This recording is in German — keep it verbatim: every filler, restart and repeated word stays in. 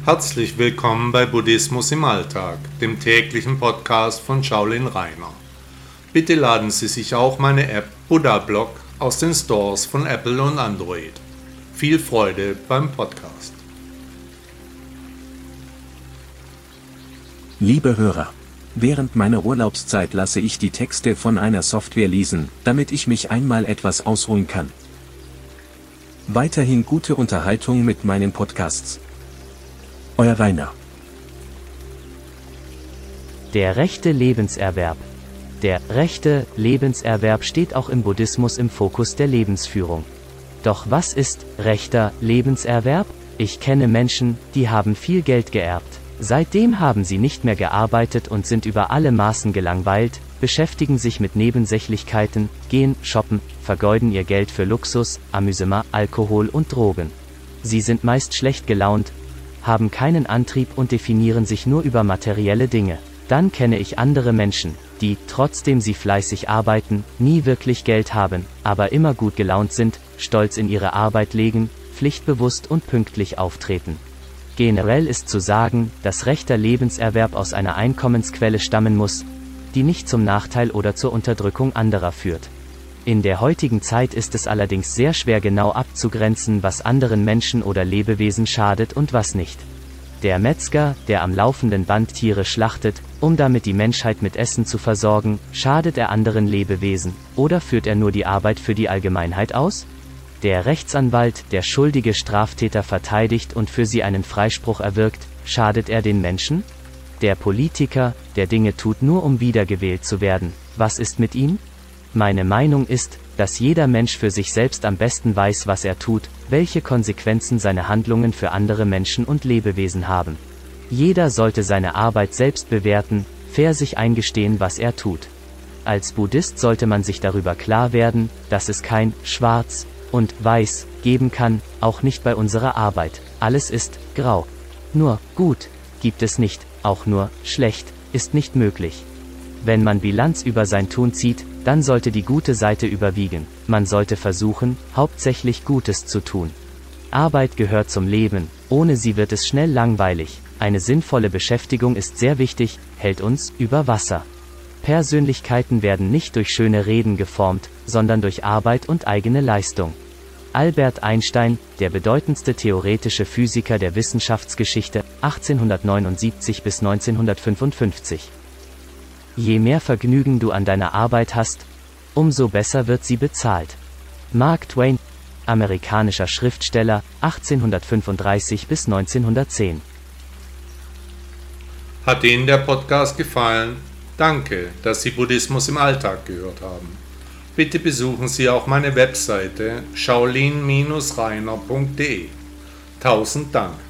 Herzlich willkommen bei Buddhismus im Alltag, dem täglichen Podcast von Shaolin Rainer. Bitte laden Sie sich auch meine App Buddha Blog aus den Stores von Apple und Android. Viel Freude beim Podcast. Liebe Hörer, während meiner Urlaubszeit lasse ich die Texte von einer Software lesen, damit ich mich einmal etwas ausruhen kann. Weiterhin gute Unterhaltung mit meinen Podcasts. Euer Rainer. Der rechte Lebenserwerb. Der rechte Lebenserwerb steht auch im Buddhismus im Fokus der Lebensführung. Doch was ist rechter Lebenserwerb? Ich kenne Menschen, die haben viel Geld geerbt. Seitdem haben sie nicht mehr gearbeitet und sind über alle Maßen gelangweilt, beschäftigen sich mit Nebensächlichkeiten, gehen shoppen, vergeuden ihr Geld für Luxus, Amüsement, Alkohol und Drogen. Sie sind meist schlecht gelaunt, haben keinen Antrieb und definieren sich nur über materielle Dinge. Dann kenne ich andere Menschen, die, trotzdem sie fleißig arbeiten, nie wirklich Geld haben, aber immer gut gelaunt sind, stolz in ihre Arbeit legen, pflichtbewusst und pünktlich auftreten. Generell ist zu sagen, dass rechter Lebenserwerb aus einer Einkommensquelle stammen muss, die nicht zum Nachteil oder zur Unterdrückung anderer führt. In der heutigen Zeit ist es allerdings sehr schwer genau abzugrenzen, was anderen Menschen oder Lebewesen schadet und was nicht. Der Metzger, der am laufenden Band Tiere schlachtet, um damit die Menschheit mit Essen zu versorgen, schadet er anderen Lebewesen, oder führt er nur die Arbeit für die Allgemeinheit aus? Der Rechtsanwalt, der schuldige Straftäter verteidigt und für sie einen Freispruch erwirkt, schadet er den Menschen? Der Politiker, der Dinge tut nur um wiedergewählt zu werden, was ist mit ihm? Meine Meinung ist, dass jeder Mensch für sich selbst am besten weiß, was er tut, welche Konsequenzen seine Handlungen für andere Menschen und Lebewesen haben. Jeder sollte seine Arbeit selbst bewerten, fair sich eingestehen, was er tut. Als Buddhist sollte man sich darüber klar werden, dass es kein Schwarz und Weiß geben kann, auch nicht bei unserer Arbeit. Alles ist grau. Nur gut gibt es nicht, auch nur schlecht ist nicht möglich. Wenn man Bilanz über sein Tun zieht, dann sollte die gute Seite überwiegen. Man sollte versuchen, hauptsächlich Gutes zu tun. Arbeit gehört zum Leben, ohne sie wird es schnell langweilig. Eine sinnvolle Beschäftigung ist sehr wichtig, hält uns über Wasser. Persönlichkeiten werden nicht durch schöne Reden geformt, sondern durch Arbeit und eigene Leistung. Albert Einstein, der bedeutendste theoretische Physiker der Wissenschaftsgeschichte, achtzehnhundertneunundsiebzig bis neunzehnhundertfünfundfünfzig. Je mehr Vergnügen du an deiner Arbeit hast, umso besser wird sie bezahlt. Mark Twain, amerikanischer Schriftsteller, achtzehnhundertfünfunddreißig bis neunzehnhundertzehn. Hat Ihnen der Podcast gefallen? Danke, dass Sie Buddhismus im Alltag gehört haben. Bitte besuchen Sie auch meine Webseite shaolin Bindestrich rainer punkt de. Tausend Dank.